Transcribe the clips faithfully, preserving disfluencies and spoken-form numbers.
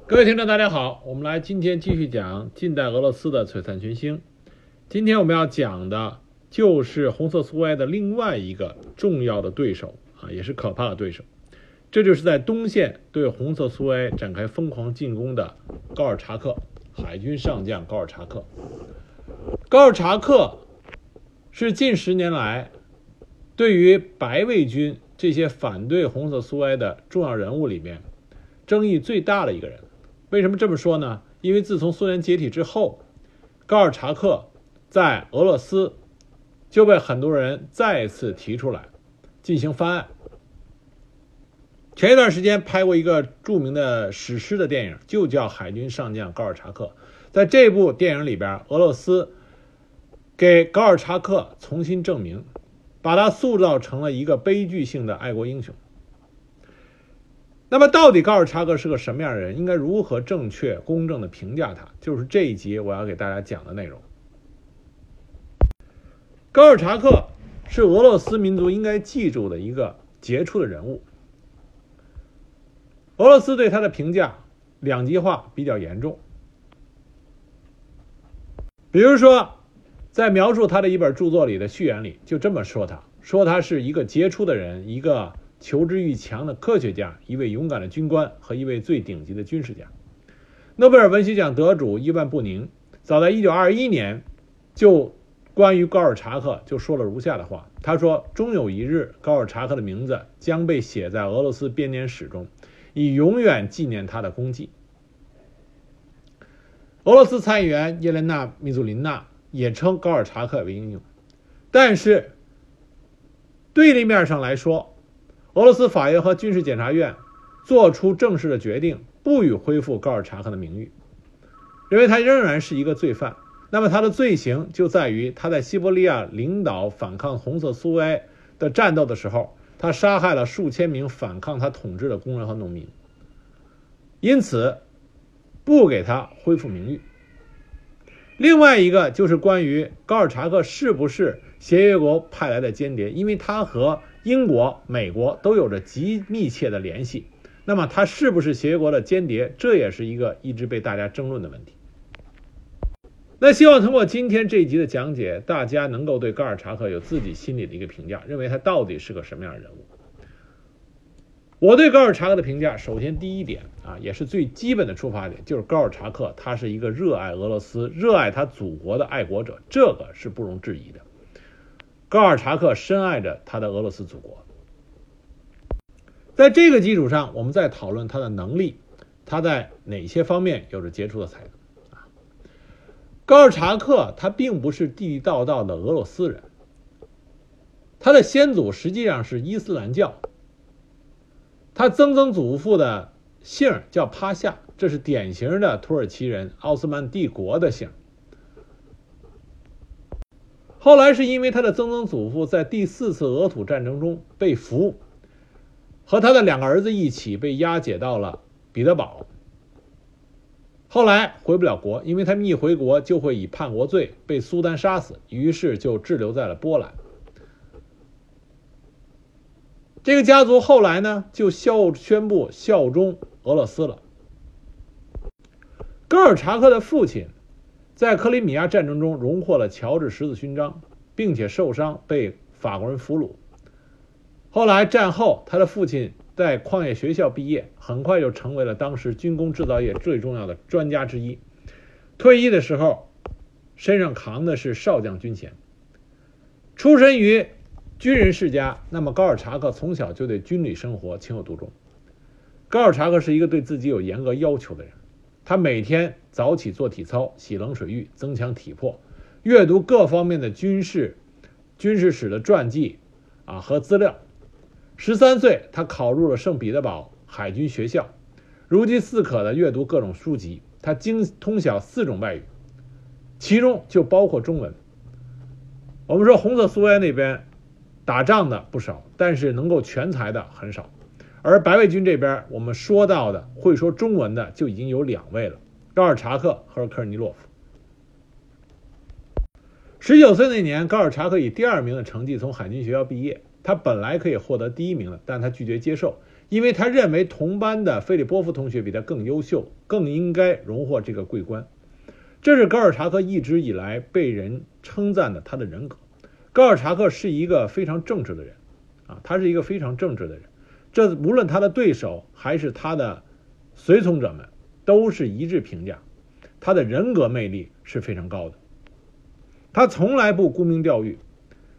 各位听众大家好，我们来今天继续讲近代俄罗斯的璀璨群星。今天我们要讲的就是红色苏维埃的另外一个重要的对手啊，也是可怕的对手，这就是在东线对红色苏维埃展开疯狂进攻的高尔察克，海军上将高尔察克。高尔察克是近十年来对于白卫军这些反对红色苏维埃的重要人物里面争议最大的一个人。为什么这么说呢？因为自从苏联解体之后，高尔察克在俄罗斯就被很多人再次提出来进行翻案。前一段时间拍过一个著名的史诗的电影，就叫《海军上将高尔察克》。在这部电影里边，俄罗斯给高尔察克重新证明，把他塑造成了一个悲剧性的爱国英雄。那么到底高尔察克是个什么样的人，应该如何正确公正的评价他，就是这一集我要给大家讲的内容。高尔察克是俄罗斯民族应该记住的一个杰出的人物。俄罗斯对他的评价两极化比较严重。比如说在描述他的一本著作里的序言里就这么说他，说他是一个杰出的人，一个求知欲强的科学家，一位勇敢的军官和一位最顶级的军事家。诺贝尔文学奖得主伊万布宁早在一九二一年就关于高尔察克就说了如下的话，他说，终有一日高尔察克的名字将被写在俄罗斯编年史中，以永远纪念他的功绩。俄罗斯参议员叶莲娜·米祖琳娜也称高尔察克为英雄。但是对立面上来说，俄罗斯法院和军事检察院做出正式的决定，不予恢复高尔察克的名誉，认为他仍然是一个罪犯。那么他的罪行就在于他在西伯利亚领导反抗红色苏维埃的战斗的时候，他杀害了数千名反抗他统治的工人和农民，因此不给他恢复名誉。另外一个就是关于高尔察克是不是协约国派来的间谍，因为他和英国、美国都有着极密切的联系，那么他是不是协约国的间谍，这也是一个一直被大家争论的问题。那希望通过今天这一集的讲解，大家能够对高尔察克有自己心里的一个评价，认为他到底是个什么样的人物。我对高尔察克的评价，首先第一点啊，也是最基本的出发点，就是高尔察克他是一个热爱俄罗斯、热爱他祖国的爱国者，这个是不容置疑的。高尔察克深爱着他的俄罗斯祖国。在这个基础上，我们再讨论他的能力，他在哪些方面有着杰出的才能。高尔察克他并不是地地道道的俄罗斯人，他的先祖实际上是伊斯兰教，他曾曾祖父的姓叫帕夏，这是典型的土耳其人奥斯曼帝国的姓。后来是因为他的曾曾祖父在第四次俄土战争中被俘，和他的两个儿子一起被押解到了彼得堡，后来回不了国，因为他们一回国就会以叛国罪被苏丹杀死，于是就滞留在了波兰。这个家族后来呢就效宣布效忠俄罗斯了。高尔察克的父亲在克里米亚战争中荣获了乔治十字勋章，并且受伤被法国人俘虏。后来战后他的父亲在矿业学校毕业，很快就成为了当时军工制造业最重要的专家之一。退役的时候身上扛的是少将军衔。出身于军人世家，那么高尔察克从小就对军旅生活情有独钟。高尔察克是一个对自己有严格要求的人，他每天早起做体操，洗冷水浴，增强体魄，阅读各方面的军事军事史的传记啊和资料。十三岁他考入了圣彼得堡海军学校，如饥似渴地阅读各种书籍，他精通晓四种外语，其中就包括中文。我们说红色苏维埃那边打仗的不少，但是能够全才的很少，而白卫军这边我们说到的会说中文的就已经有两位了，高尔察克和科尔尼洛夫。十九岁那年，高尔察克以第二名的成绩从海军学校毕业，他本来可以获得第一名的，但他拒绝接受， 因为他认为同班的菲利波夫同学比他更优秀，更应该荣获这个桂冠。这是高尔察克一直以来被人称赞的他的人格。高尔察克是一个非常正直的人啊，他是一个非常正直的人。这无论他的对手还是他的随从者们都是一致评价，他的人格魅力是非常高的。他从来不沽名钓誉，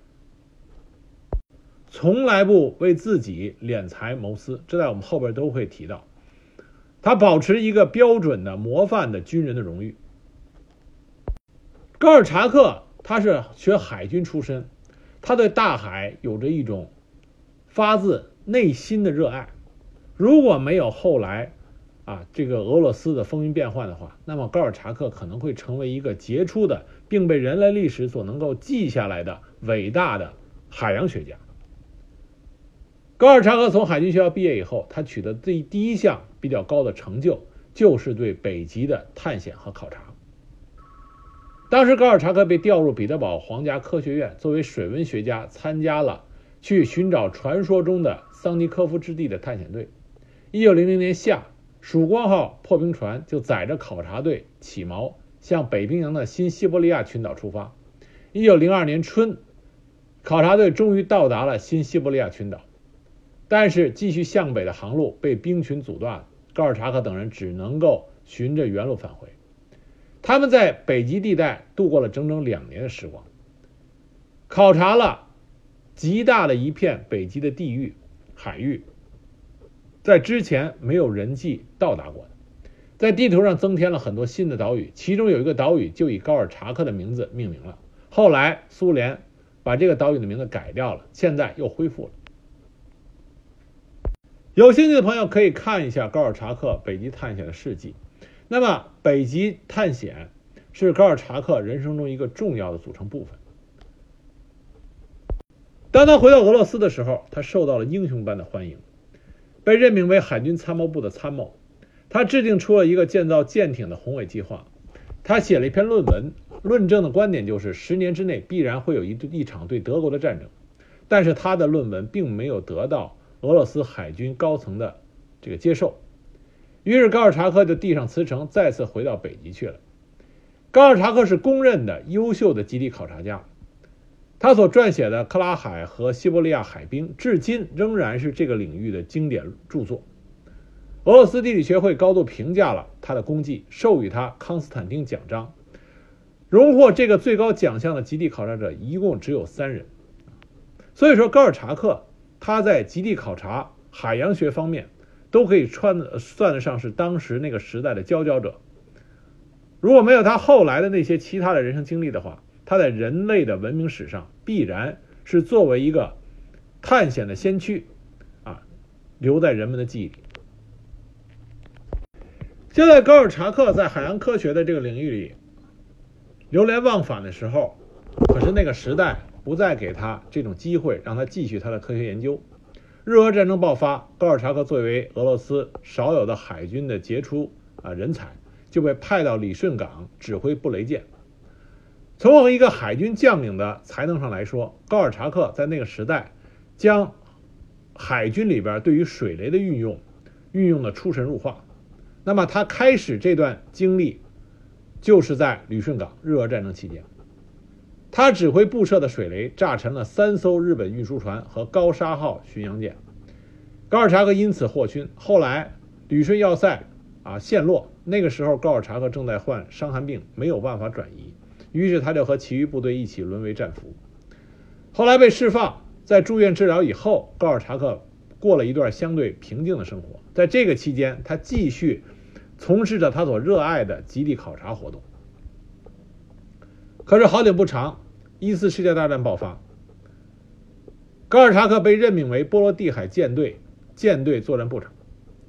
从来不为自己敛财谋私，这在我们后边都会提到。他保持一个标准的模范的军人的荣誉。高尔察克他是学海军出身，他对大海有着一种发自内心的热爱。如果没有后来啊这个俄罗斯的风云变幻的话，那么高尔察克可能会成为一个杰出的并被人类历史所能够记下来的伟大的海洋学家。高尔察克从海军学校毕业以后，他取得第第一项比较高的成就就是对北极的探险和考察。当时高尔察克被调入彼得堡皇家科学院，作为水文学家参加了去寻找传说中的桑尼科夫之地的探险队。一九零零年夏，曙光号破冰船就载着考察队起锚，向北冰洋的新西伯利亚群岛出发。一九零二年春，考察队终于到达了新西伯利亚群岛，但是继续向北的航路被冰群阻断了，高尔察克等人只能够循着原路返回。他们在北极地带度过了整整两年的时光，考察了极大的一片北极的地域海域，在之前没有人迹到达过的。在地图上增添了很多新的岛屿，其中有一个岛屿就以高尔察克的名字命名了。后来苏联把这个岛屿的名字改掉了，现在又恢复了。有兴趣的朋友可以看一下高尔察克北极探险的事迹。那么北极探险是高尔察克人生中一个重要的组成部分。当他回到俄罗斯的时候，他受到了英雄般的欢迎，被任命为海军参谋部的参谋。他制定出了一个建造舰艇的宏伟计划。他写了一篇论文，论证的观点就是十年之内必然会有一一场对德国的战争。但是他的论文并没有得到俄罗斯海军高层的这个接受，于是高尔察克就递上辞呈，再次回到北极去了。高尔察克是公认的优秀的极地考察家，他所撰写的克拉海和西伯利亚海冰至今仍然是这个领域的经典著作。俄罗斯地理学会高度评价了他的功绩，授予他康斯坦丁奖章。荣获这个最高奖项的极地考察者一共只有三人。所以说高尔察克他在极地考察海洋学方面都可以算算得上是当时那个时代的佼佼者。如果没有他后来的那些其他的人生经历的话，他在人类的文明史上必然是作为一个探险的先驱啊，留在人们的记忆里。就在高尔察克在海洋科学的这个领域里流连忘返的时候，可是那个时代不再给他这种机会让他继续他的科学研究。日俄战争爆发，高尔察克作为俄罗斯少有的海军的杰出啊人才，就被派到理顺港指挥布雷舰。从一个海军将领的才能上来说，高尔察克在那个时代将海军里边对于水雷的运用运用的出神入化。那么他开始这段经历就是在旅顺港日俄战争期间，他指挥布设的水雷炸沉了三艘日本运输船和高沙号巡洋舰，高尔察克因此获勋。后来旅顺要塞啊陷落，那个时候高尔察克正在患伤寒病，没有办法转移，于是他就和其余部队一起沦为战俘。后来被释放，在住院治疗以后，高尔察克过了一段相对平静的生活。在这个期间，他继续从事着他所热爱的极地考察活动。可是好景不长，一次世界大战爆发，高尔察克被任命为波罗的海舰队舰队作战部长。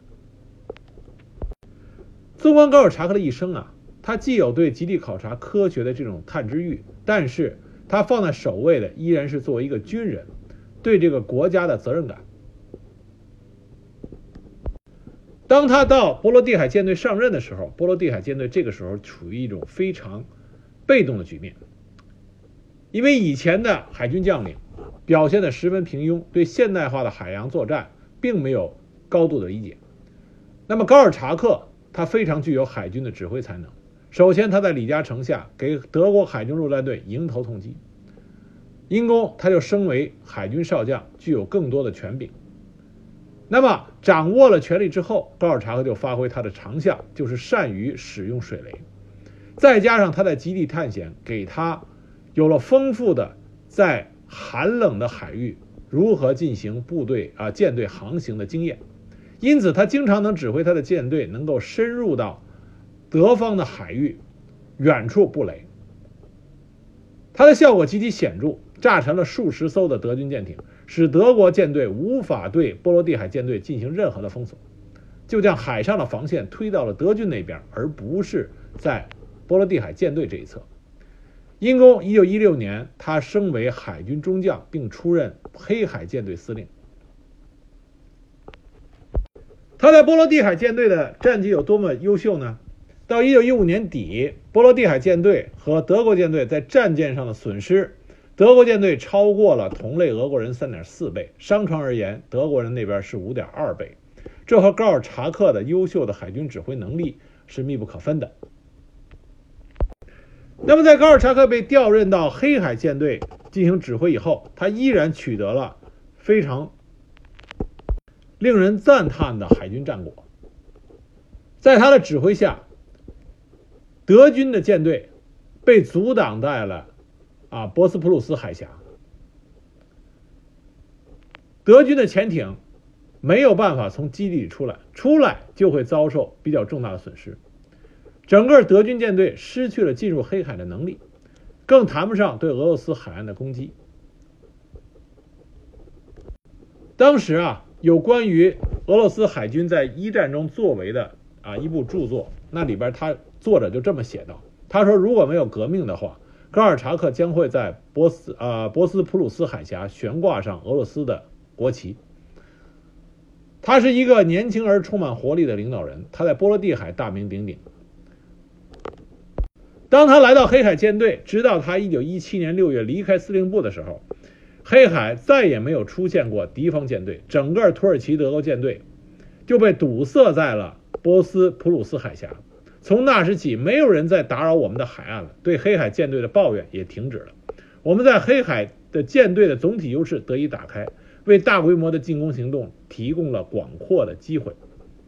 纵观高尔察克的一生啊，他既有对极地考察科学的这种探知欲，但是他放在首位的依然是作为一个军人对这个国家的责任感。当他到波罗的海舰队上任的时候，波罗的海舰队这个时候处于一种非常被动的局面，因为以前的海军将领表现得十分平庸，对现代化的海洋作战并没有高度的理解。那么高尔察克他非常具有海军的指挥才能，首先他在李嘉诚下给德国海军陆战队迎头痛击，因功他就升为海军少将，具有更多的权柄。那么掌握了权力之后，高尔察克就发挥他的长项，就是善于使用水雷，再加上他在基地探险，给他有了丰富的在寒冷的海域如何进行部队啊舰队航行的经验，因此他经常能指挥他的舰队能够深入到德方的海域，远处布雷。他的效果极其显著，炸沉了数十艘的德军舰艇，使德国舰队无法对波罗的海舰队进行任何的封锁，就将海上的防线推到了德军那边，而不是在波罗的海舰队这一侧。因功一九一六年他升为海军中将，并出任黑海舰队司令。他在波罗的海舰队的战绩有多么优秀呢？到一九一五年底，波罗的海舰队和德国舰队在战舰上的损失，德国舰队超过了同类俄国人 三点四 倍，商船而言，德国人那边是 五点二 倍，这和高尔察克的优秀的海军指挥能力是密不可分的。那么在高尔察克被调任到黑海舰队进行指挥以后，他依然取得了非常令人赞叹的海军战果。在他的指挥下，德军的舰队被阻挡在了啊博斯普鲁斯海峡，德军的潜艇没有办法从基地里出来，出来就会遭受比较重大的损失。整个德军舰队失去了进入黑海的能力，更谈不上对俄罗斯海岸的攻击。当时啊，有关于俄罗斯海军在一战中作为的啊一部著作，那里边他作者就这么写道，他说如果没有革命的话，高尔察克将会在博斯啊博斯普鲁斯海峡悬挂上俄罗斯的国旗。他是一个年轻而充满活力的领导人，他在波罗的海大名鼎鼎。当他来到黑海舰队，直到他一九一七年六月离开司令部的时候，黑海再也没有出现过敌方舰队，整个土耳其德国舰队就被堵塞在了波斯普鲁斯海峡。从那时起，没有人再打扰我们的海岸了，对黑海舰队的抱怨也停止了。我们在黑海的舰队的总体优势得以打开，为大规模的进攻行动提供了广阔的机会。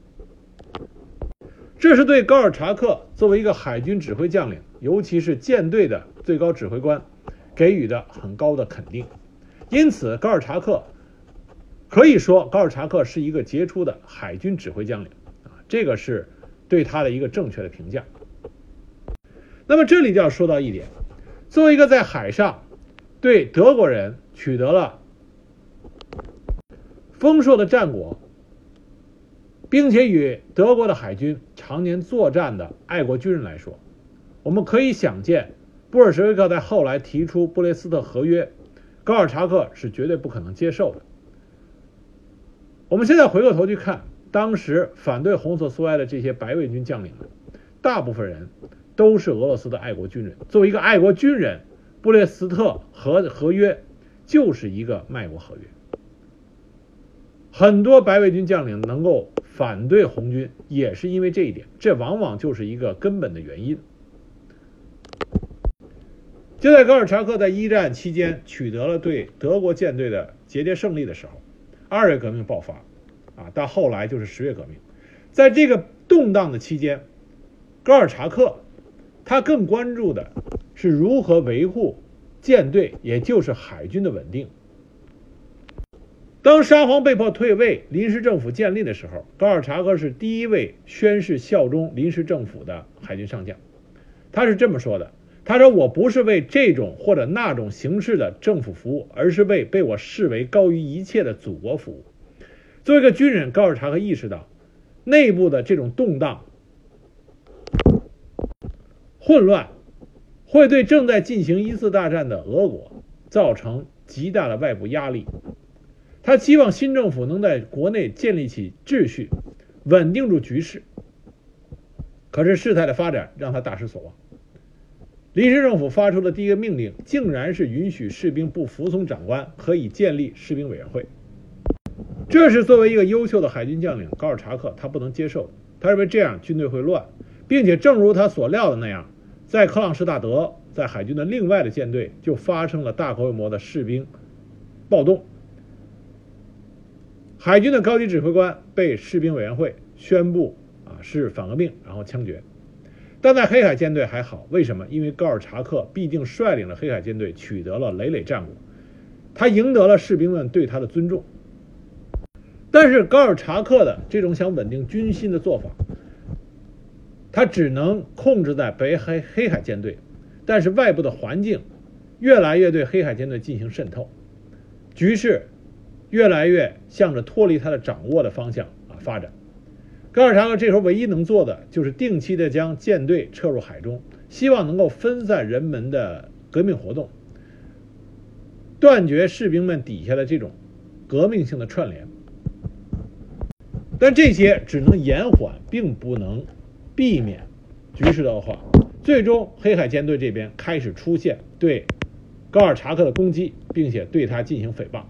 这是对高尔察克作为一个海军指挥将领，尤其是舰队的最高指挥官给予的很高的肯定。因此高尔察克可以说高尔察克是一个杰出的海军指挥将领啊，这个是对他的一个正确的评价。那么这里就要说到一点，作为一个在海上对德国人取得了丰硕的战果，并且与德国的海军常年作战的爱国军人来说，我们可以想见，布尔什维克在后来提出布雷斯特合约，高尔察克是绝对不可能接受的。我们现在回过头去看，当时反对红色苏维埃的这些白卫军将领们，大部分人都是俄罗斯的爱国军人。作为一个爱国军人，布列斯特合合约就是一个卖国合约。很多白卫军将领能够反对红军，也是因为这一点，这往往就是一个根本的原因。就在高尔察克在一战期间取得了对德国舰队的节节胜利的时候，二月革命爆发啊，到后来就是十月革命。在这个动荡的期间，高尔察克他更关注的是如何维护舰队，也就是海军的稳定。当沙皇被迫退位，临时政府建立的时候，高尔察克是第一位宣誓效忠临时政府的海军上将。他是这么说的，他说我不是为这种或者那种形式的政府服务，而是为被我视为高于一切的祖国服务。作为一个军人，高尔察克意识到内部的这种动荡混乱会对正在进行一次大战的俄国造成极大的外部压力。他期望新政府能在国内建立起秩序，稳定住局势。可是事态的发展让他大失所望。临时政府发出的第一个命令，竟然是允许士兵不服从长官，可以建立士兵委员会。 这是作为一个优秀的海军将领高尔察克他不能接受的，他认为这样军队会乱，并且正如他所料的那样，在克朗施大德在海军的另外的舰队就发生了大规模的士兵暴动，海军的高级指挥官被士兵委员会宣布啊是反革命，然后枪决。但在黑海舰队还好，为什么？因为高尔察克必定率领了黑海舰队取得了累累战果，他赢得了士兵们对他的尊重。但是高尔察克的这种想稳定军心的做法，他只能控制在北海黑海舰队，但是外部的环境越来越对黑海舰队进行渗透，局势越来越向着脱离他的掌握的方向啊发展。高尔察克这时候唯一能做的就是定期的将舰队撤入海中，希望能够分散人们的革命活动，断绝士兵们底下的这种革命性的串联。但这些只能延缓，并不能避免局势的恶化。最终黑海舰队这边开始出现对高尔察克的攻击，并且对他进行诽谤。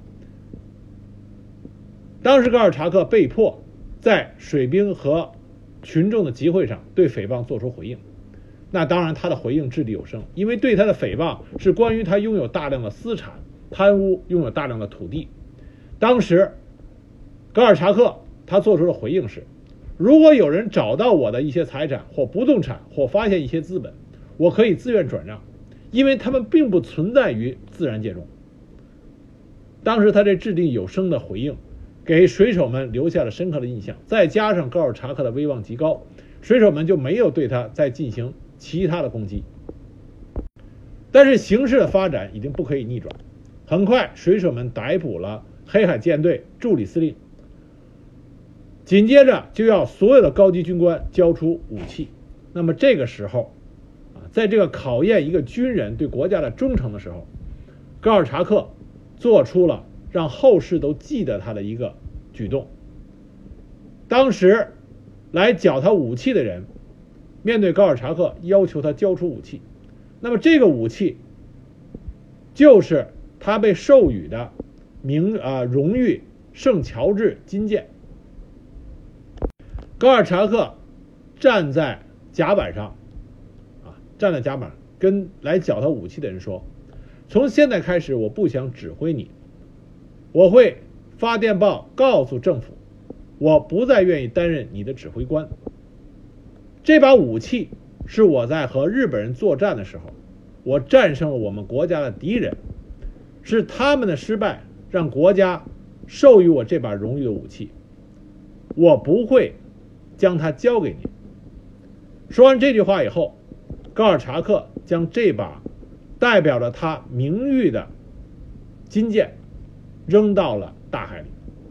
当时高尔察克被迫在水兵和群众的集会上对诽谤做出回应，那当然他的回应掷地有声，因为对他的诽谤是关于他拥有大量的私产、贪污，拥有大量的土地。当时高尔察克他做出的回应是，如果有人找到我的一些财产或不动产，或发现一些资本，我可以自愿转让，因为他们并不存在于自然界中。当时他这掷地有声的回应给水手们留下了深刻的印象，再加上高尔察克的威望极高，水手们就没有对他再进行其他的攻击。但是形势的发展已经不可以逆转，很快水手们逮捕了黑海舰队助理司令，紧接着就要所有的高级军官交出武器。那么这个时候啊，在这个考验一个军人对国家的忠诚的时候，高尔察克做出了让后世都记得他的一个举动。当时来缴他武器的人面对高尔察克要求他交出武器，那么这个武器就是他被授予的名啊荣誉圣乔治金剑。高尔察克站在甲板上啊，站在甲板跟来缴他武器的人说，从现在开始我不想指挥你，我会发电报告诉政府，我不再愿意担任你的指挥官。这把武器是我在和日本人作战的时候，我战胜了我们国家的敌人，是他们的失败让国家授予我这把荣誉的武器，我不会将它交给你。说完这句话以后，高尔察克将这把代表了他名誉的金剑扔到了大海里。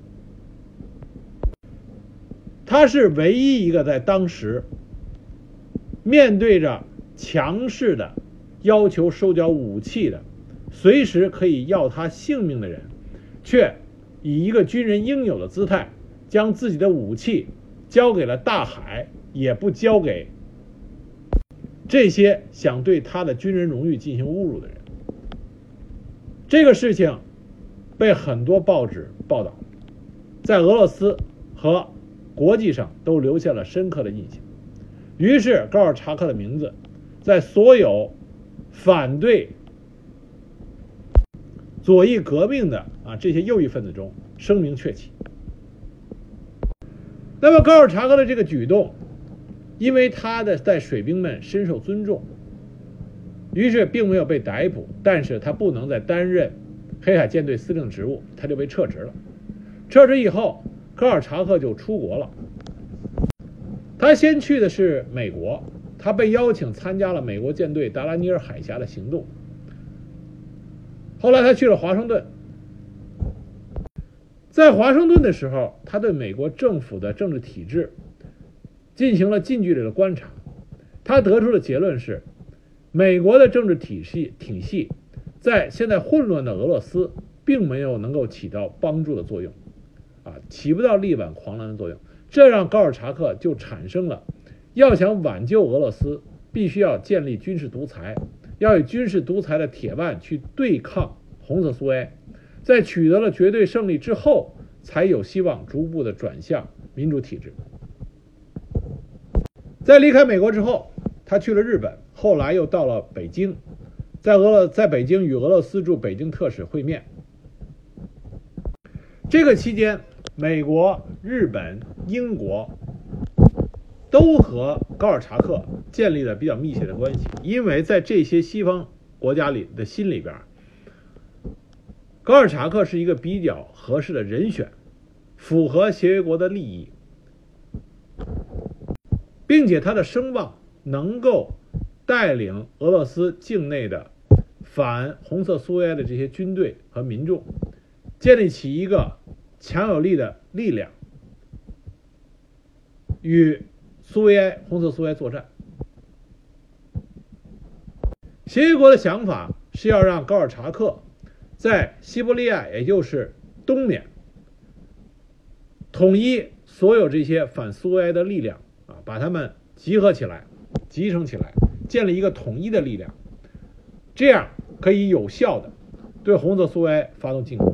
他是唯一一个在当时面对着强势的要求收缴武器的，随时可以要他性命的人，却以一个军人应有的姿态将自己的武器交给了大海，也不交给这些想对他的军人荣誉进行侮辱的人。这个事情被很多报纸报道，在俄罗斯和国际上都留下了深刻的印象。于是高尔察克的名字在所有反对左翼革命的啊这些右翼分子中声名鹊起。那么高尔察克的这个举动，因为他的在水兵们深受尊重，于是并没有被逮捕，但是他不能再担任黑海舰队司令职务，他就被撤职了。撤职以后，高尔察克就出国了。他先去的是美国，他被邀请参加了美国舰队达拉尼尔海峡的行动。后来他去了华盛顿，在华盛顿的时候，他对美国政府的政治体制进行了近距离的观察。他得出的结论是，美国的政治体系体系在现在混乱的俄罗斯并没有能够起到帮助的作用，啊，起不到力挽狂澜的作用。这让高尔察克就产生了要想挽救俄罗斯，必须要建立军事独裁，要以军事独裁的铁腕去对抗红色苏维埃，在取得了绝对胜利之后， 才有希望逐步的转向民主体制。在离开美国之后，他去了日本，后来又到了北京，在俄勒在北京与俄罗斯驻北京特使会面。这个期间，美国、日本、英国都和高尔察克建立了比较密切的关系，因为在这些西方国家里的心里边，高尔察克是一个比较合适的人选，符合协约国的利益，并且他的声望能够带领俄罗斯境内的反红色苏维埃的这些军队和民众，建立起一个强有力的力量，与苏维埃红色苏维埃作战。协约国的想法是要让高尔察克在西伯利亚，也就是东面，统一所有这些反苏维埃的力量啊，把他们集合起来，集成起来，建立一个统一的力量，这样可以有效的对红色苏维埃发动进攻。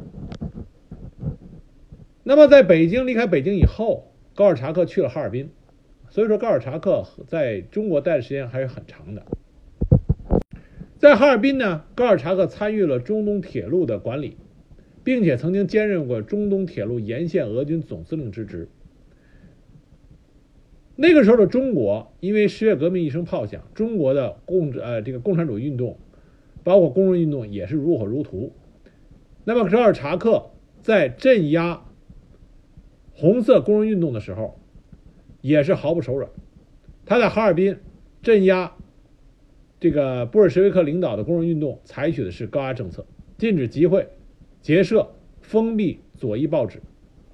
那么在北京离开北京以后，高尔察克去了哈尔滨，所以说高尔察克在中国待的时间还是很长的。在哈尔滨呢，高尔察克参与了中东铁路的管理，并且曾经兼任过中东铁路沿线俄军总司令之职。那个时候的中国，因为十月革命一声炮响，中国的共呃这个共产主义运动，包括工人运动也是如火如荼。那么高尔察克在镇压红色工人运动的时候，也是毫不手软。他在哈尔滨镇压这个布尔什维克领导的工人运动，采取的是高压政策，禁止集会、结社，封闭左翼报纸。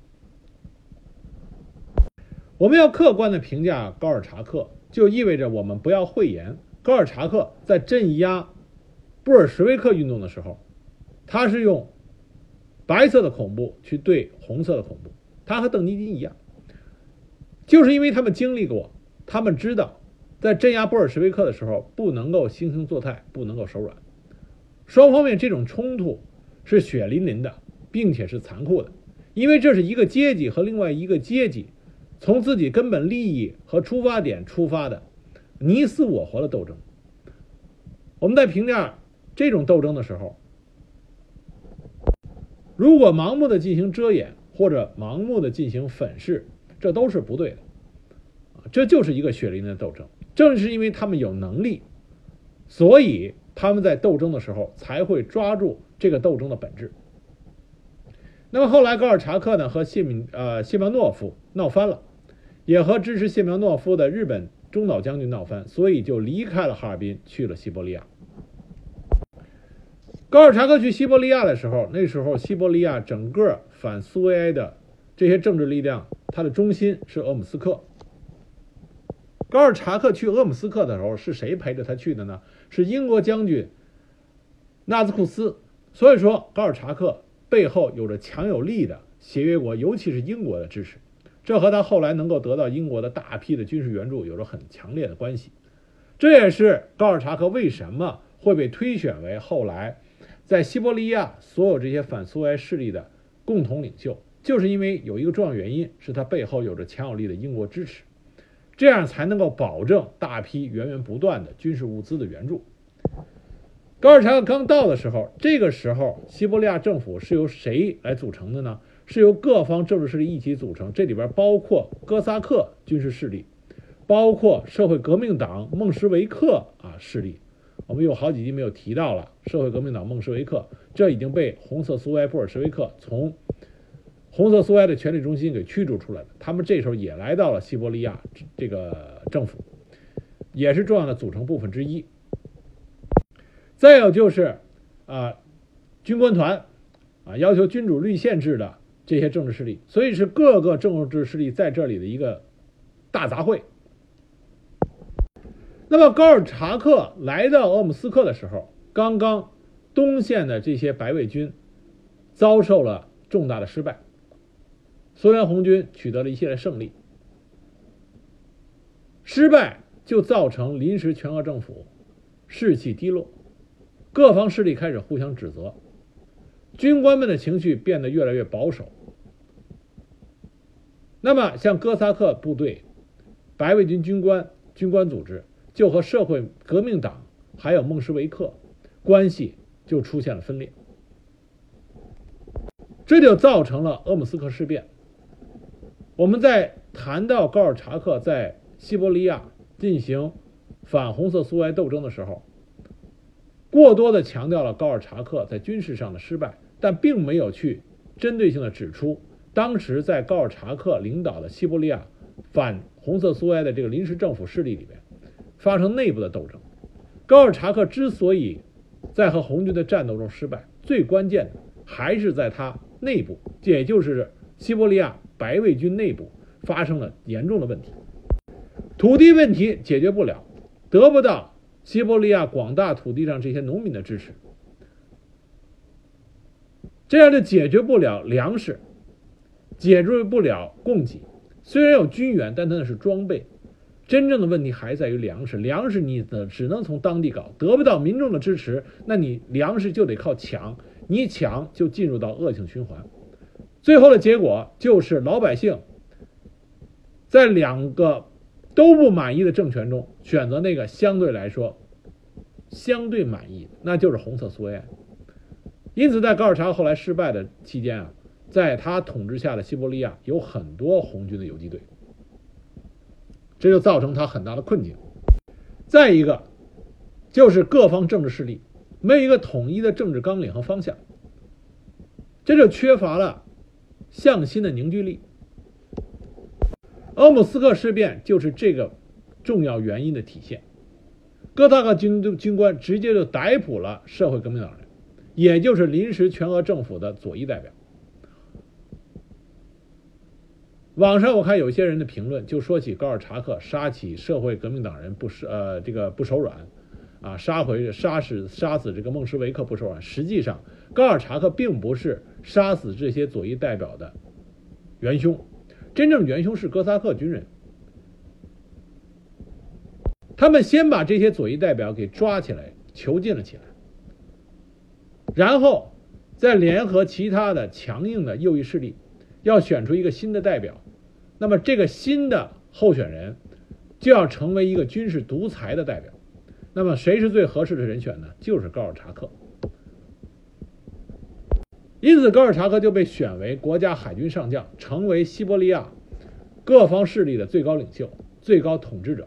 我们要客观的评价高尔察克，就意味着我们不要讳言高尔察克在镇压布尔什维克运动的时候，他是用白色的恐怖去对红色的恐怖。他和邓尼金一样，就是因为他们经历过，他们知道在镇压布尔什维克的时候不能够惺惺作态，不能够手软。双方面这种冲突是血淋淋的，并且是残酷的，因为这是一个阶级和另外一个阶级从自己根本利益和出发点出发的你死我活的斗争。我们在评价这种斗争的时候，如果盲目的进行遮掩或者盲目的进行粉饰，这都是不对的。这就是一个血淋淋的斗争，正是因为他们有能力，所以他们在斗争的时候才会抓住这个斗争的本质。那么后来高尔察克呢和谢敏呃谢苗诺夫闹翻了，也和支持谢苗诺夫的日本中岛将军闹翻，所以就离开了哈尔滨，去了西伯利亚。高尔察克去西伯利亚的时候，那时候西伯利亚整个反苏维埃的这些政治力量，它的中心是鄂姆斯克。高尔察克去鄂姆斯克的时候，是谁陪着他去的呢？是英国将军纳兹库斯。所以说高尔察克背后有着强有力的协约国，尤其是英国的支持，这和他后来能够得到英国的大批的军事援助有着很强烈的关系。这也是高尔察克为什么会被推选为后来在西伯利亚所有这些反苏维埃势力的共同领袖，就是因为有一个重要原因，是他背后有着强有力的英国支持，这样才能够保证大批源源不断的军事物资的援助。高尔察克刚到的时候，这个时候西伯利亚政府是由谁来组成的呢？是由各方政治势力一起组成，这里边包括哥萨克军事势力，包括社会革命党孟什维克啊势力。我们有好几集没有提到了社会革命党孟什维克，这已经被红色苏维埃布尔什维克从红色苏维埃的权力中心给驱逐出来了。他们这时候也来到了西伯利亚这个政府，也是重要的组成部分之一。再有就是啊，军官团啊，要求君主立宪制的这些政治势力，所以是各个政治势力在这里的一个大杂烩。那么高尔察克来到鄂姆斯克的时候，刚刚东线的这些白卫军遭受了重大的失败，苏联红军取得了一系列胜利，失败就造成临时全俄政府士气低落，各方势力开始互相指责，军官们的情绪变得越来越保守， 那么像哥萨克部队、白卫军军官、军官组织就和社会革命党还有孟什维克关系就出现了分裂，这就造成了鄂姆斯克事变。我们在谈到高尔察克在西伯利亚进行反红色苏维埃斗争的时候，过多的强调了高尔察克在军事上的失败，但并没有去针对性的指出当时在高尔察克领导的西伯利亚反红色苏维埃的这个临时政府势力里面发生内部的斗争。高尔察克之所以在和红军的战斗中失败，最关键的还是在他内部，也就是西伯利亚白卫军内部发生了严重的问题。土地问题解决不了，得不到西伯利亚广大土地上这些农民的支持，这样就解决不了粮食，解决不了供给。虽然有军援，但那是装备，真正的问题还在于粮食。粮食你只能从当地搞，得不到民众的支持，那你粮食就得靠抢，你一抢就进入到恶性循环。最后的结果就是老百姓在两个都不满意的政权中选择那个相对来说相对满意的，那就是红色苏维埃。因此在高尔察克后来失败的期间啊，在他统治下的西伯利亚有很多红军的游击队，这就造成他很大的困境。再一个就是各方政治势力没有一个统一的政治纲领和方向，这就缺乏了向心的凝聚力。鄂姆斯克事变就是这个重要原因的体现。哥萨克军军官直接就逮捕了社会革命党人，也就是临时全俄政府的左翼代表。网上我看有些人的评论就说起高尔察克杀起社会革命党人不呃这个不手软啊，杀回杀死杀死这个孟什维克不手软。实际上高尔察克并不是杀死这些左翼代表的元凶，真正元凶是哥萨克军人。他们先把这些左翼代表给抓起来囚禁了起来，然后再联合其他的强硬的右翼势力，要选出一个新的代表。那么这个新的候选人就要成为一个军事独裁的代表。那么谁是最合适的人选呢？就是高尔察克。因此高尔察克就被选为国家海军上将，成为西伯利亚各方势力的最高领袖、最高统治者。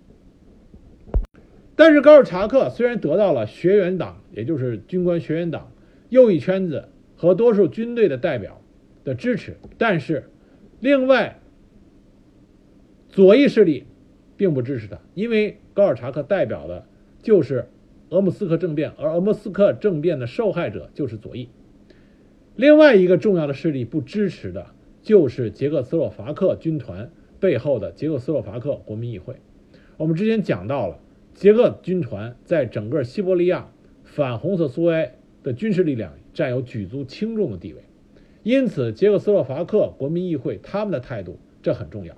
但是高尔察克虽然得到了学员党，也就是军官学员党、右翼圈子和多数军队的代表的支持，但是另外左翼势力并不支持他，因为高尔察克代表的就是鄂姆斯克政变，而鄂姆斯克政变的受害者就是左翼。另外一个重要的势力不支持的就是捷克斯洛伐克军团背后的捷克斯洛伐克国民议会。我们之前讲到了捷克军团在整个西伯利亚反红色苏维埃的军事力量占有举足轻重的地位，因此捷克斯洛伐克国民议会他们的态度这很重要。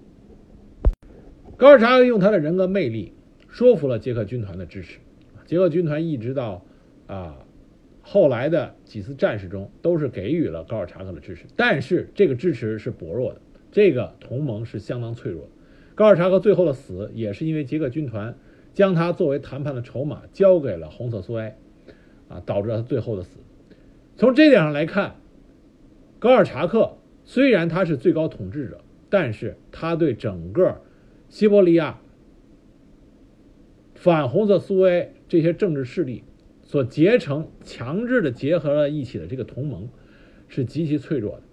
高尔察克用他的人格魅力说服了捷克军团的支持，捷克军团一直到啊后来的几次战事中都是给予了高尔察克的支持，但是这个支持是薄弱的，这个同盟是相当脆弱的。高尔察克最后的死也是因为捷克军团将他作为谈判的筹码交给了红色苏维埃啊，导致了他最后的死。从这点上来看，高尔察克虽然他是最高统治者，但是他对整个西伯利亚反红色苏维埃这些政治势力所结成强制的结合了一起的这个同盟是极其脆弱的。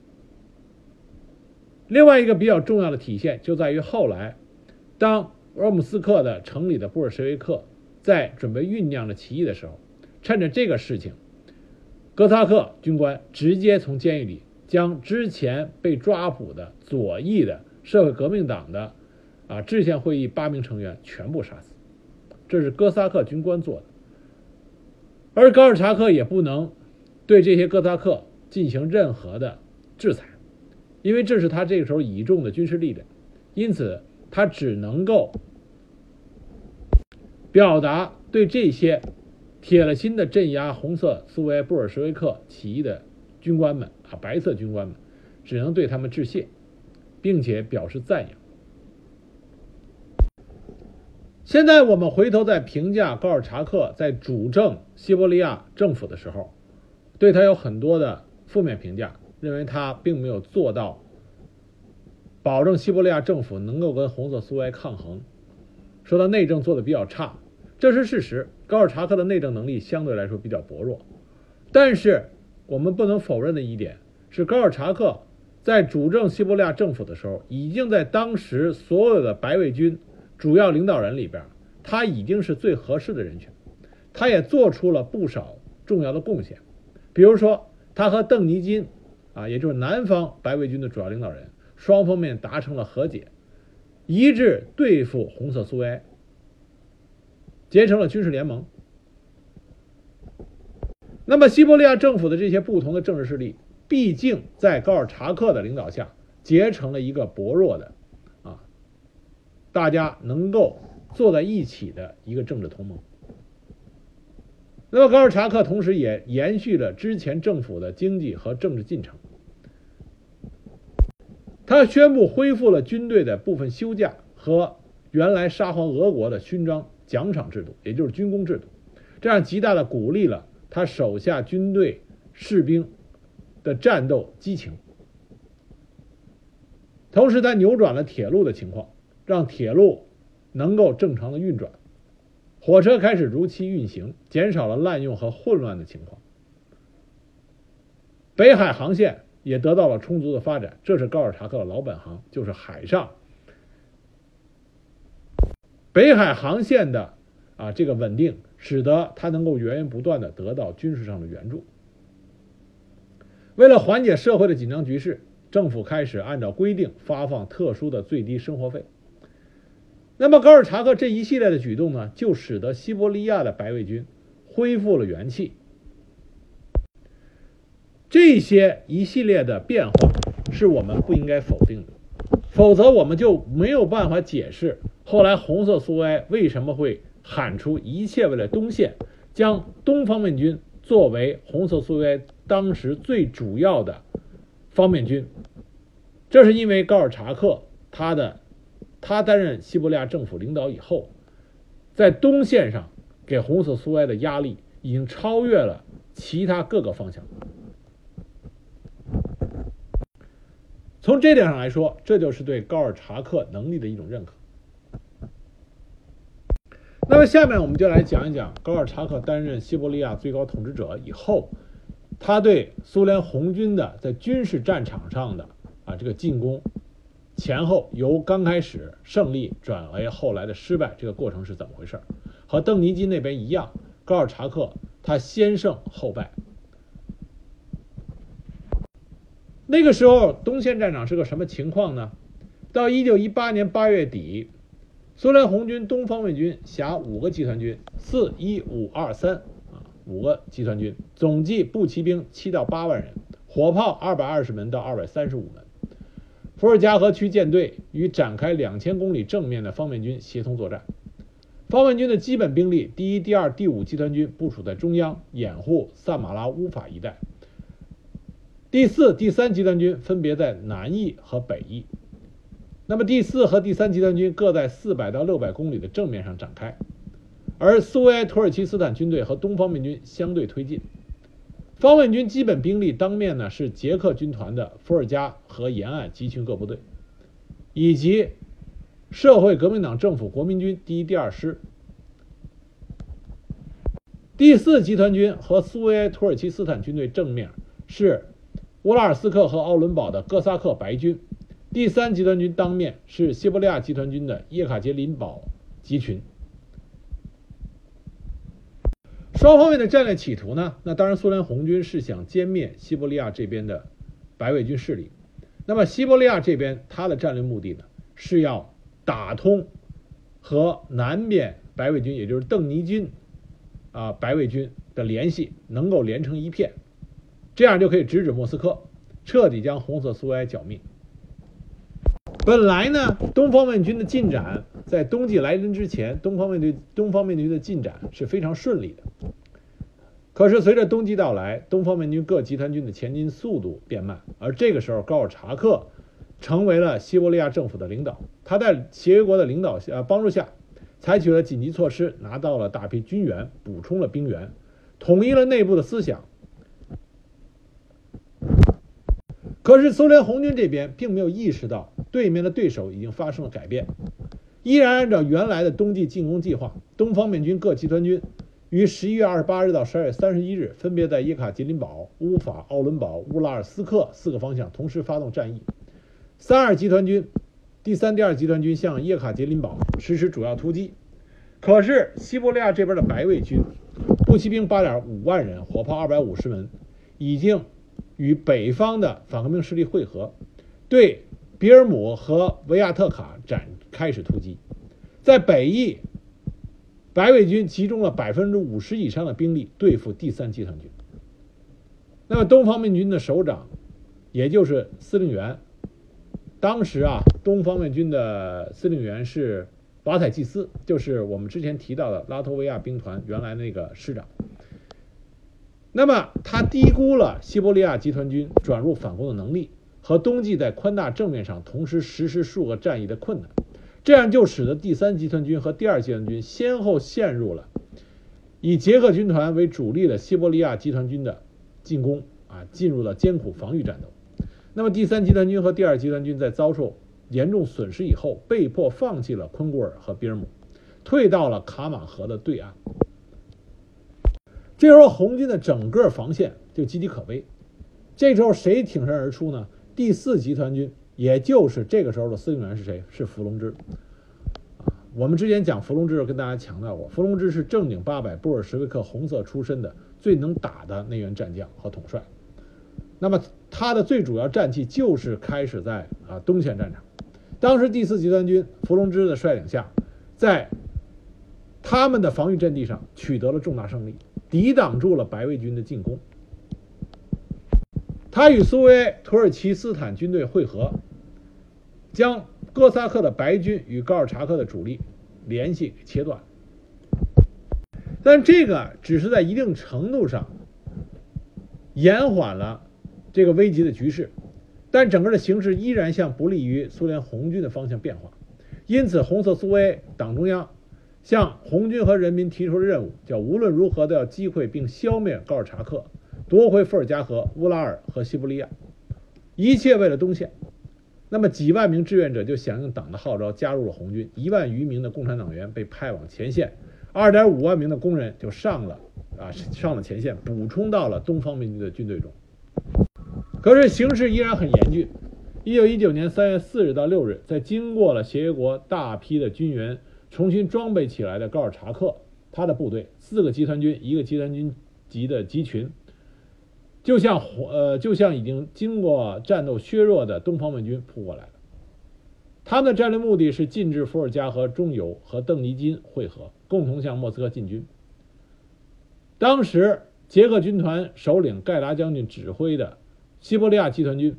另外一个比较重要的体现就在于后来当鄂姆斯克的城里的布尔什维克在准备酝酿着起义的时候，趁着这个事情，哥萨克军官直接从监狱里将之前被抓捕的左翼的社会革命党的啊制宪会议八名成员全部杀死，这是哥萨克军官做的。而高尔察克也不能对这些哥萨克进行任何的制裁，因为这是他这个时候倚重的军事力量，因此他只能够表达对这些铁了心的镇压红色苏维埃布尔什维克起义的军官们啊，白色军官们，只能对他们致谢并且表示赞扬。现在我们回头再评价高尔察克在主政西伯利亚政府的时候，对他有很多的负面评价，认为他并没有做到保证西伯利亚政府能够跟红色苏维埃抗衡，说他内政做得比较差，这是事实。高尔察克的内政能力相对来说比较薄弱，但是我们不能否认的一点是，高尔察克在主政西伯利亚政府的时候，已经在当时所有的白卫军主要领导人里边，他已经是最合适的人选，他也做出了不少重要的贡献。比如说他和邓尼金啊，也就是南方白卫军的主要领导人，双方面达成了和解，一致对付红色苏维埃，结成了军事联盟。那么西伯利亚政府的这些不同的政治势力，毕竟在高尔察克的领导下结成了一个薄弱的啊，大家能够坐在一起的一个政治同盟。那么高尔察克同时也延续了之前政府的经济和政治进程，他宣布恢复了军队的部分休假和原来沙皇俄国的勋章奖赏制度，也就是军功制度，这样极大的鼓励了他手下军队士兵的战斗激情。同时他扭转了铁路的情况，让铁路能够正常的运转，火车开始如期运行，减少了滥用和混乱的情况。北海航线也得到了充足的发展，这是高尔察克的老本行，就是海上北海航线的啊这个稳定，使得他能够源源不断的得到军事上的援助。为了缓解社会的紧张局势，政府开始按照规定发放特殊的最低生活费。那么高尔察克这一系列的举动呢，就使得西伯利亚的白卫军恢复了元气。这些一系列的变化是我们不应该否定的，否则我们就没有办法解释后来红色苏维埃为什么会喊出一切为了东线，将东方面军作为红色苏维埃当时最主要的方面军。这是因为高尔察克他的他担任西伯利亚政府领导以后，在东线上给红色苏维埃的压力已经超越了其他各个方向。从这点上来说，这就是对高尔察克能力的一种认可。那么下面我们就来讲一讲高尔察克担任西伯利亚最高统治者以后，他对苏联红军的在军事战场上的啊这个进攻前后，由刚开始胜利转为后来的失败，这个过程是怎么回事？和邓尼金那边一样，高尔察克他先胜后败。那个时候东线战场是个什么情况呢？到一九一八年八月底，苏联红军东方面军辖五个集团军，四一五二三啊，五个集团军，总计步骑兵七到八万人，火炮二百二十门到二百三十五门。伏尔加河区舰队与展开两千公里正面的方面军协同作战。方面军的基本兵力，第一、第二、第五集团军部署在中央，掩护萨马拉乌法一带。第四、第三集团军分别在南翼和北翼。那么第四和第三集团军各在四百到六百公里的正面上展开，而苏维埃土耳其斯坦军队和东方面军相对推进。方面军基本兵力当面呢是捷克军团的伏尔加河沿岸集群各部队，以及社会革命党政府国民军第一、第二师。第四集团军和苏维埃土耳其斯坦军队正面是乌拉尔斯克和奥伦堡的哥萨克白军，第三集团军当面是西伯利亚集团军的叶卡捷琳堡集群。双方面的战略企图呢，那当然苏联红军是想歼灭西伯利亚这边的白卫军势力，那么西伯利亚这边他的战略目的呢，是要打通和南边白卫军，也就是邓尼军啊白卫军的联系，能够连成一片，这样就可以直指莫斯科，彻底将红色苏维埃剿灭。本来呢，东方面军的进展在冬季来临之前，东方面军东方面军的进展是非常顺利的。可是随着冬季到来，东方面军各集团军的前进速度变慢，而这个时候高尔察克成为了西伯利亚政府的领导。他在协约国的领导下、呃、帮助下，采取了紧急措施，拿到了大批军援，补充了兵员，统一了内部的思想。可是苏联红军这边并没有意识到对面的对手已经发生了改变，依然按照原来的冬季进攻计划，东方面军各集团军于十一月二十八日到十二月三十一日分别在耶卡捷琳堡、乌法、奥伦堡、乌拉尔斯克四个方向同时发动战役。三二集团军、第三、第二集团军向耶卡捷琳堡实施主要突击。可是西伯利亚这边的白卫军，步骑兵 八点五万人，火炮二百五十门，已经与北方的反革命势力会合，对比尔姆和维亚特卡展开始突击。在北翼，白卫军集中了百分之五十以上的兵力对付第三集团军。那么东方面军的首长，也就是司令员，当时啊，东方面军的司令员是瓦采季斯，就是我们之前提到的拉脱维亚兵团原来那个师长。那么他低估了西伯利亚集团军转入反攻的能力和冬季在宽大正面上同时实施数个战役的困难，这样就使得第三集团军和第二集团军先后陷入了以捷克军团为主力的西伯利亚集团军的进攻啊，进入了艰苦防御战斗。那么第三集团军和第二集团军在遭受严重损失以后，被迫放弃了昆古尔和比尔姆，退到了卡马河的对岸。这时候红军的整个防线就岌岌可危。这时候谁挺身而出呢？第四集团军，也就是这个时候的司令员是谁？是伏龙芝。我们之前讲伏龙芝跟大家强调过，伏龙芝是正经八百布尔什维克红色出身的最能打的内援战将和统帅。那么他的最主要战绩就是开始在啊东线战场。当时第四集团军伏龙芝的率领下，在他们的防御阵地上取得了重大胜利，抵挡住了白卫军的进攻。他与苏维埃土耳其斯坦军队会合，将哥萨克的白军与高尔察克的主力联系给切断。但这个只是在一定程度上延缓了这个危急的局势，但整个的形势依然向不利于苏联红军的方向变化。因此红色苏维埃党中央向红军和人民提出的任务，叫无论如何都要击溃并消灭高尔察克，夺回伏尔加河、乌拉尔和西伯利亚，一切为了东线。那么几万名志愿者就响应党的号召，加入了红军，一万余名的共产党员被派往前线， 二点五万名的工人就上了啊上了前线，补充到了东方面军的军队中。可是形势依然很严峻。一九一九年三月四日到六日，在经过了协约国大批的军援重新装备起来的高尔察克，他的部队四个集团军、一个集团军级的集群，就像呃就像已经经过战斗削弱的东方面军扑过来了。他们的战略目的是禁止伏尔加河中游和邓尼金会合，共同向莫斯科进军。当时捷克军团首领盖达将军指挥的西伯利亚集团军，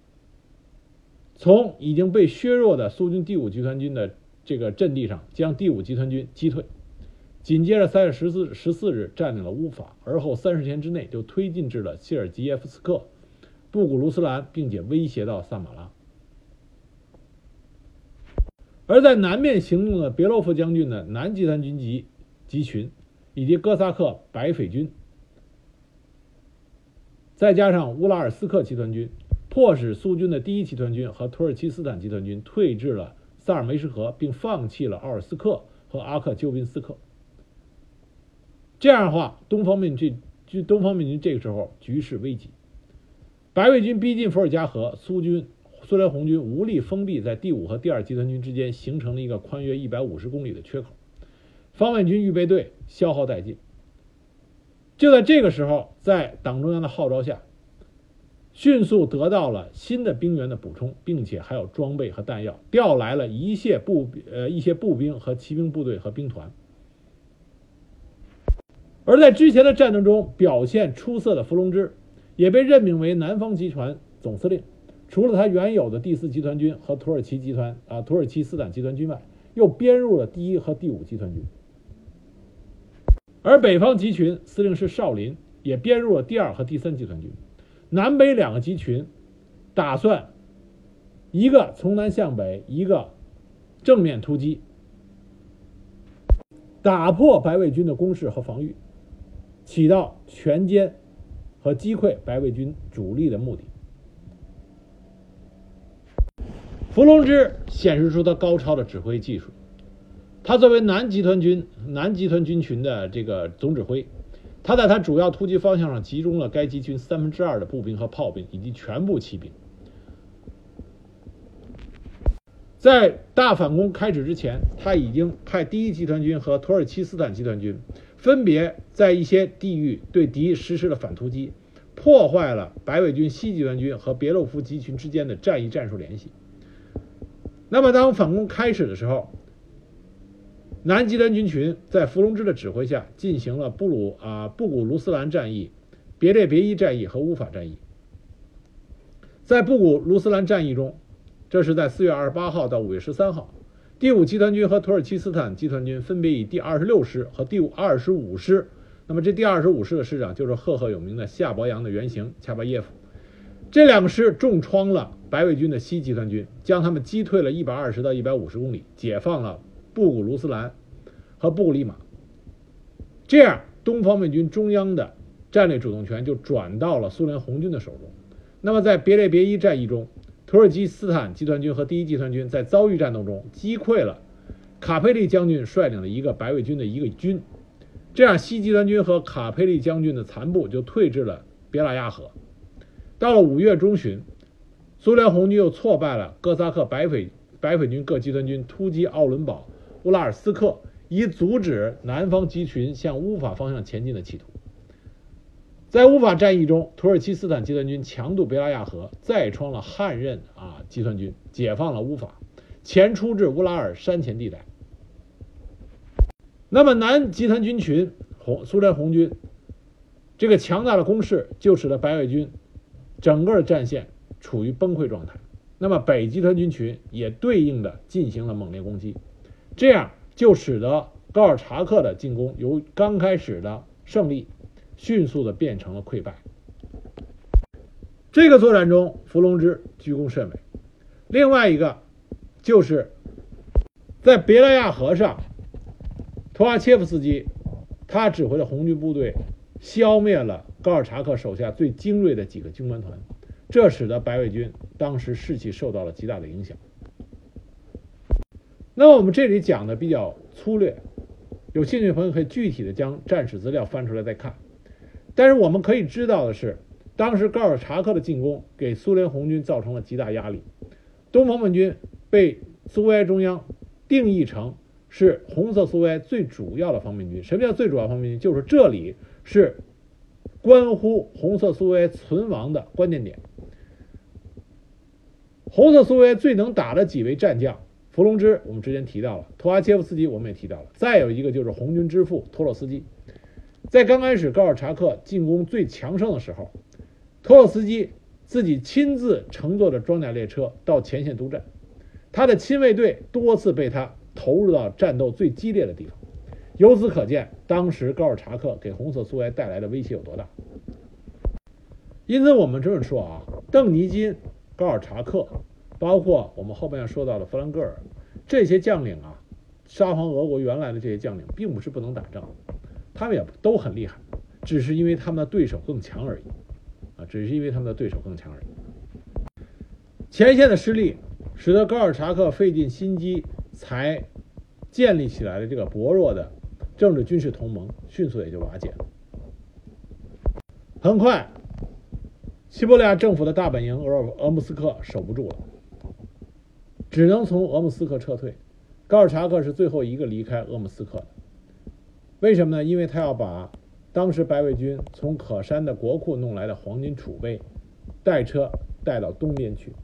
从已经被削弱的苏军第五集团军的这个阵地上将第五集团军击退，紧接着三月十四十四日占领了乌法，而后三十天之内就推进至了谢尔吉耶夫斯克、布古卢斯兰，并且威胁到萨马拉。而在南面行动的别洛夫将军的南集团军级集群，以及哥萨克白匪军，再加上乌拉尔斯克集团军，迫使苏军的第一集团军和土耳其斯坦集团军退至了萨尔梅什河，并放弃了奥尔斯克和阿克丘宾斯克。这样的话，东方面军东方面军这个时候局势危急，白卫军逼近伏尔加河，苏军苏联红军无力封闭在第五和第二集团军之间形成了一个宽约一百五十公里的缺口，方面军预备队消耗殆尽。就在这个时候，在党中央的号召下，迅速得到了新的兵员的补充，并且还有装备和弹药，调来了一些步呃一些步兵和骑兵部队和兵团。而在之前的战争中表现出色的伏龙芝也被任命为南方集团总司令，除了他原有的第四集团军和土耳其集团啊土耳其斯坦集团军外，又编入了第一和第五集团军。而北方集群司令是邵林，也编入了第二和第三集团军。南北两个集群打算一个从南向北，一个正面突击，打破白卫军的攻势和防御，起到全歼和击溃白卫军主力的目的。伏龙芝显示出他高超的指挥技术，他作为南集团军南集团军群的这个总指挥，他在他主要突击方向上集中了该集群三分之二的步兵和炮兵以及全部骑兵。在大反攻开始之前，他已经派第一集团军和土耳其斯坦集团军分别在一些地域对敌实施了反突击，破坏了白卫军西集团军和别洛夫集群之间的战役战术联系。那么当反攻开始的时候，南集团军群在伏龙芝的指挥下进行了布鲁啊布古卢斯兰战役、别列别伊战役和乌法战役。在布古卢斯兰战役中，这是在四月二十八号到五月十三号，第五集团军和土耳其斯坦集团军分别以第二十六师和第二十五师，那么这第二十五师的师长就是赫赫有名的夏伯扬的原型恰巴耶夫，这两个师重创了白卫军的西集团军，将他们击退了一百二十到一百五十公里，解放了布古卢斯兰和布古利马。这样东方面军中央的战略主动权就转到了苏联红军的手中。那么在别列别伊战役中，土耳其斯坦集团军和第一集团军在遭遇战斗中击溃了卡佩利将军率领的一个白卫军的一个军，这样西集团军和卡佩利将军的残部就退至了别拉亚河。到了五月中旬，苏联红军又挫败了哥萨克白匪白匪军各集团军突击奥伦堡、乌拉尔斯克，以阻止南方集群向乌法方向前进的企图。在乌法战役中，土耳其斯坦集团军强渡别拉亚河，再创了汉任啊集团军，解放了乌法，前出至乌拉尔山前地带。那么南集团军群红苏联红军这个强大的攻势，就使得白卫军整个战线处于崩溃状态。那么北集团军群也对应的进行了猛烈攻击，这样就使得高尔察克的进攻由刚开始的胜利迅速的变成了溃败。这个作战中，伏龙芝居功甚伟。另外一个就是在别拉亚河上，图阿切夫斯基他指挥的红军部队消灭了高尔察克手下最精锐的几个军官团，这使得白卫军当时士气受到了极大的影响。那么我们这里讲的比较粗略，有兴趣的朋友可以具体的将战史资料翻出来再看。但是我们可以知道的是，当时高尔察克的进攻给苏联红军造成了极大压力，东方面军被苏维埃中央定义成是红色苏维埃最主要的方面军。什么叫最主要方面军？就是这里是关乎红色苏维埃存亡的关键点。红色苏维埃最能打的几位战将，伏龙芝我们之前提到了，图阿切夫斯基我们也提到了，再有一个就是红军之父托洛斯基。在刚开始高尔察克进攻最强盛的时候，托洛斯基自己亲自乘坐着装甲列车到前线督战，他的亲卫队多次被他投入到战斗最激烈的地方。由此可见，当时高尔察克给红色苏维埃带来的威胁有多大。因此我们这么说啊，邓尼金、高尔察克，包括我们后面要说到的弗兰格尔，这些将领啊，沙皇俄国原来的这些将领并不是不能打仗，他们也都很厉害，只是因为他们的对手更强而已啊，只是因为他们的对手更强而已。前线的失利使得高尔察克费尽心机才建立起来的这个薄弱的政治军事同盟迅速也就瓦解了。很快，西伯利亚政府的大本营俄俄姆斯克守不住了，只能从俄姆斯克撤退。高尔察克是最后一个离开俄姆斯克的。为什么呢？因为他要把当时白卫军从可山的国库弄来的黄金储备带车带到东边去。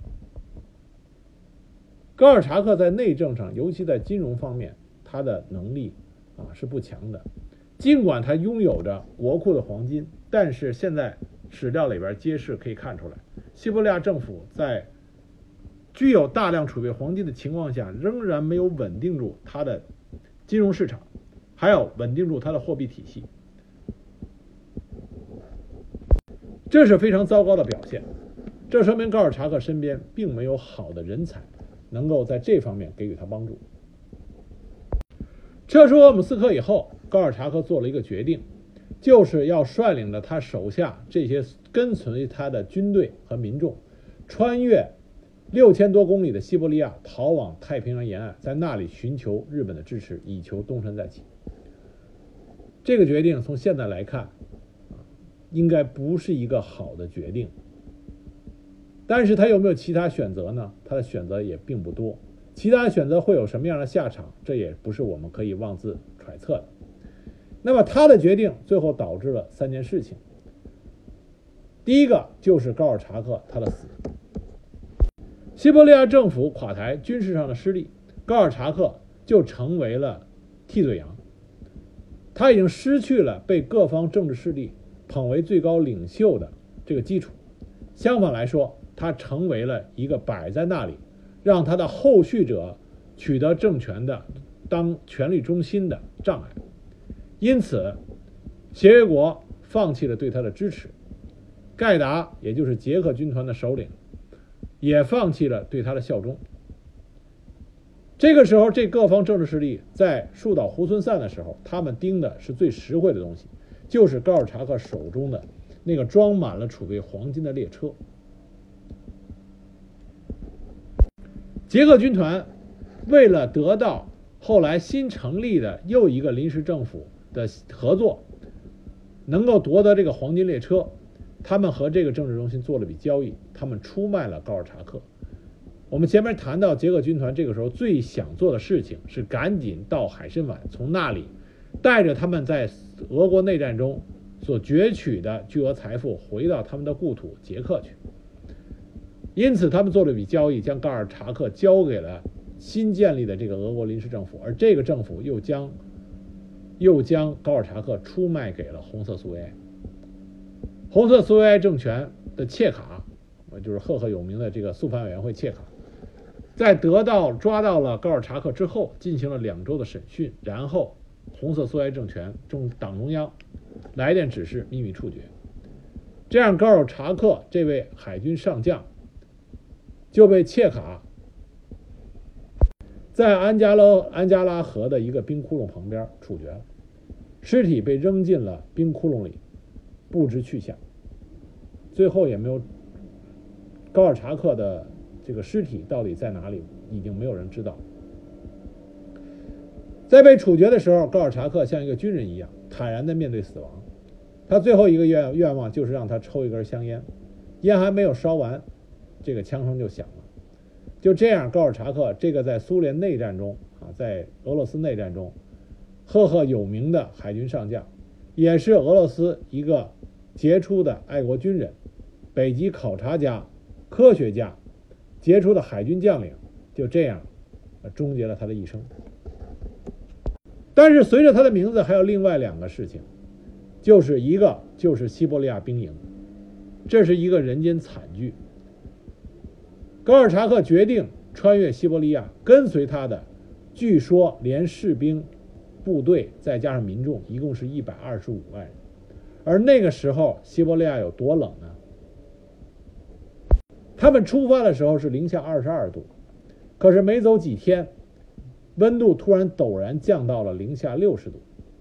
高尔察克在内政上，尤其在金融方面，他的能力啊是不强的。尽管他拥有着国库的黄金，但是现在史料里边揭示可以看出来，西伯利亚政府在具有大量储备黄金的情况下，仍然没有稳定住它的金融市场，还有稳定住它的货币体系，这是非常糟糕的表现。 这说明高尔察克身边并没有好的人才能够在这方面给予他帮助。撤出鄂姆斯克以后，高尔察克做了一个决定，就是要率领着他手下这些跟随他的军队和民众，穿越六千多公里的西伯利亚，逃往太平洋沿岸，在那里寻求日本的支持，以求东山再起。这个决定从现在来看，应该不是一个好的决定。但是他有没有其他选择呢？他的选择也并不多。其他选择会有什么样的下场，这也不是我们可以妄自揣测的。那么他的决定最后导致了三件事情。第一个就是高尔察克他的死。西伯利亚政府垮台，军事上的失利，高尔察克就成为了替罪羊。他已经失去了被各方政治势力捧为最高领袖的这个基础，相反来说，他成为了一个摆在那里让他的后续者取得政权的当权力中心的障碍。因此协约国放弃了对他的支持，盖达也就是捷克军团的首领也放弃了对他的效忠。这个时候，这各方政治势力在树倒猢狲散的时候，他们盯的是最实惠的东西，就是高尔察克手中的那个装满了储备黄金的列车。捷克军团为了得到后来新成立的又一个临时政府的合作，能够夺得这个黄金列车，他们和这个政治中心做了笔交易，他们出卖了高尔察克。我们前面谈到捷克军团这个时候最想做的事情是赶紧到海参崴，从那里带着他们在俄国内战中所攫取的巨额财富回到他们的故土捷克去。因此他们做了一笔交易，将高尔察克交给了新建立的这个俄国临时政府，而这个政府又将又将高尔察克出卖给了红色苏维埃。红色苏维埃政权的切卡，就是赫赫有名的这个肃反委员会切卡，在得到抓到了高尔察克之后，进行了两周的审讯，然后红色苏维埃政权中党中央来电指示，秘密处决。这样高尔察克这位海军上将就被切卡在安加拉安加拉河的一个冰窟窿旁边处决了，尸体被扔进了冰窟窿里，不知去向。最后也没有高尔察克的这个尸体到底在哪里，已经没有人知道。在被处决的时候，高尔察克像一个军人一样坦然地面对死亡。他最后一个愿愿望就是让他抽一根香烟，烟还没有烧完，这个枪声就响了。就这样，高尔察克这个在苏联内战中啊，在俄罗斯内战中赫赫有名的海军上将，也是俄罗斯一个杰出的爱国军人、北极考察家、科学家、杰出的海军将领，就这样终结了他的一生。但是随着他的名字还有另外两个事情，就是一个就是西伯利亚兵营，这是一个人间惨剧。高尔察克决定穿越西伯利亚，跟随他的据说连士兵部队再加上民众一共是一百二十五万人。而那个时候西伯利亚有多冷呢？他们出发的时候是零下二十二度，可是没走几天，温度突然陡然降到了零下六十度。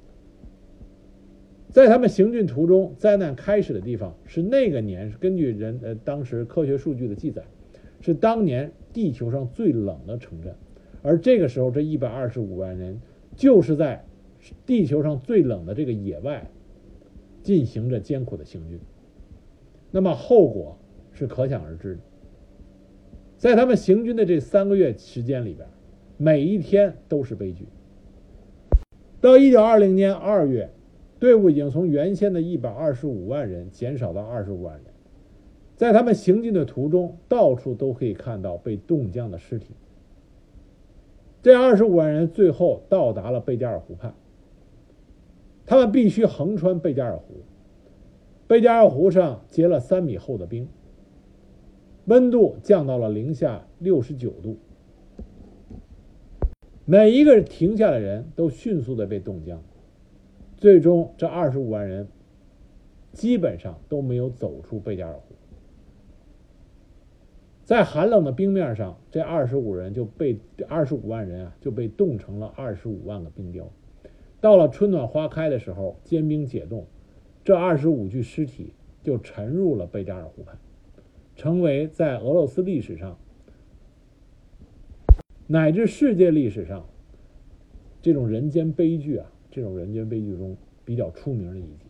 在他们行进途中，灾难开始的地方是那个年，根据人呃当时科学数据的记载，是当年地球上最冷的城镇。而这个时候，这一百二十五万人就是在地球上最冷的这个野外进行着艰苦的行军，那么后果是可想而知的。在他们行军的这三个月时间里边，每一天都是悲剧。到一九二零年二月，队伍已经从原先的一百二十五万人减少到二十五万人。在他们行进的途中，到处都可以看到被冻僵的尸体。这二十五万人最后到达了贝加尔湖畔，他们必须横穿贝加尔湖。贝加尔湖上结了三米厚的冰，温度降到了零下六十九度。每一个停下的人都迅速的被冻僵，最终这二十五万人基本上都没有走出贝加尔湖。 在寒冷的冰面上，这二十五人就被二十五万人啊就被冻成了二十五万个冰雕。到了春暖花开的时候，坚冰解冻，这二十五具尸体就沉入了贝加尔湖畔，成为在俄罗斯历史上乃至世界历史上这种人间悲剧啊，这种人间悲剧中比较出名的一集。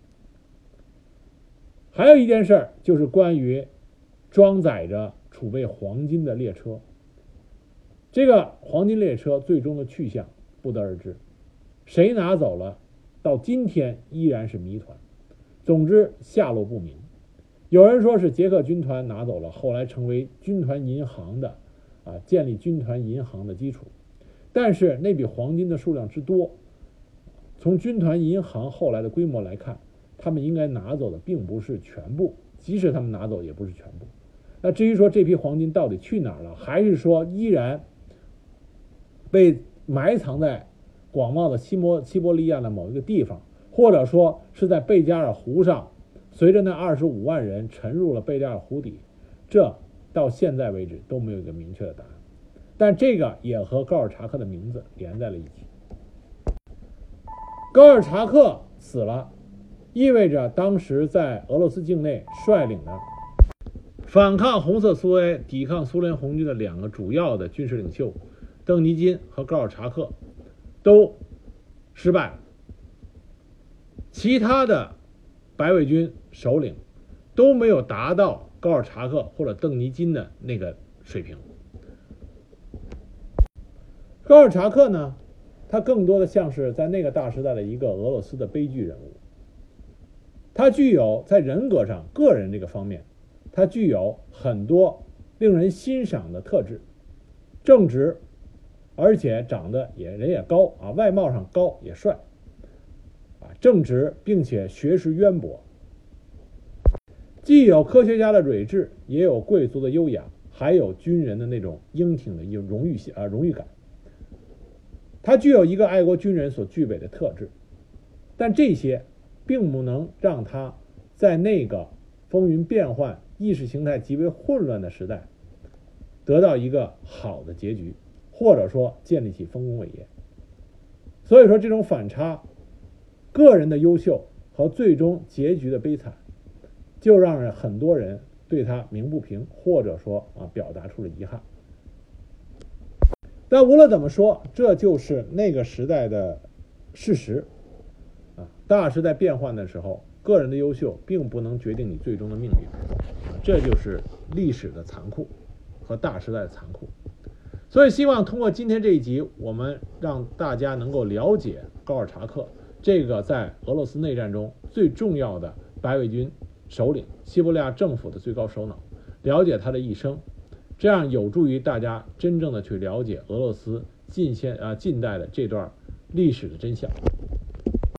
还有一件事就是关于装载着储备黄金的列车，这个黄金列车最终的去向不得而知，谁拿走了，到今天依然是谜团。总之下落不明。有人说是捷克军团拿走了，后来成为军团银行的啊，建立军团银行的基础。但是那笔黄金的数量之多，从军团银行后来的规模来看，他们应该拿走的并不是全部，即使他们拿走也不是全部。那至于说这批黄金到底去哪儿了，还是说依然被埋藏在广袤的西摩西伯利亚的某一个地方，或者说是在贝加尔湖上，随着那二十五万人沉入了贝加尔湖底，这到现在为止都没有一个明确的答案。但这个也和高尔察克的名字连在了一起。高尔察克死了，意味着当时在俄罗斯境内率领的反抗红色苏维埃、抵抗苏联红军的两个主要的军事领袖邓尼金和高尔察克都失败了，其他的白卫军首领都没有达到高尔察克或者邓尼金的那个水平。高尔察克呢，他更多的像是在那个大时代的一个俄罗斯的悲剧人物。他具有在人格上个人这个方面，他具有很多令人欣赏的特质，正直，而且长得也人也高啊，外貌上高也帅啊，正直并且学识渊博，既有科学家的睿智，也有贵族的优雅，还有军人的那种英挺的一种荣誉啊荣誉感。他具有一个爱国军人所具备的特质，但这些并不能让他在那个风云变幻、意识形态极为混乱的时代得到一个好的结局，或者说建立起丰功伟业。所以说这种反差，个人的优秀和最终结局的悲惨，就让人很多人对他鸣不平，或者说啊表达出了遗憾。但无论怎么说，这就是那个时代的事实啊。大时代变幻的时候，个人的优秀并不能决定你最终的命运啊，这就是历史的残酷和大时代的残酷。所以希望通过今天这一集，我们让大家能够了解高尔察克这个在俄罗斯内战中最重要的白卫军首领，西伯利亚政府的最高首脑，了解他的一生，这样有助于大家真正的去了解俄罗斯近现啊近代的这段历史的真相。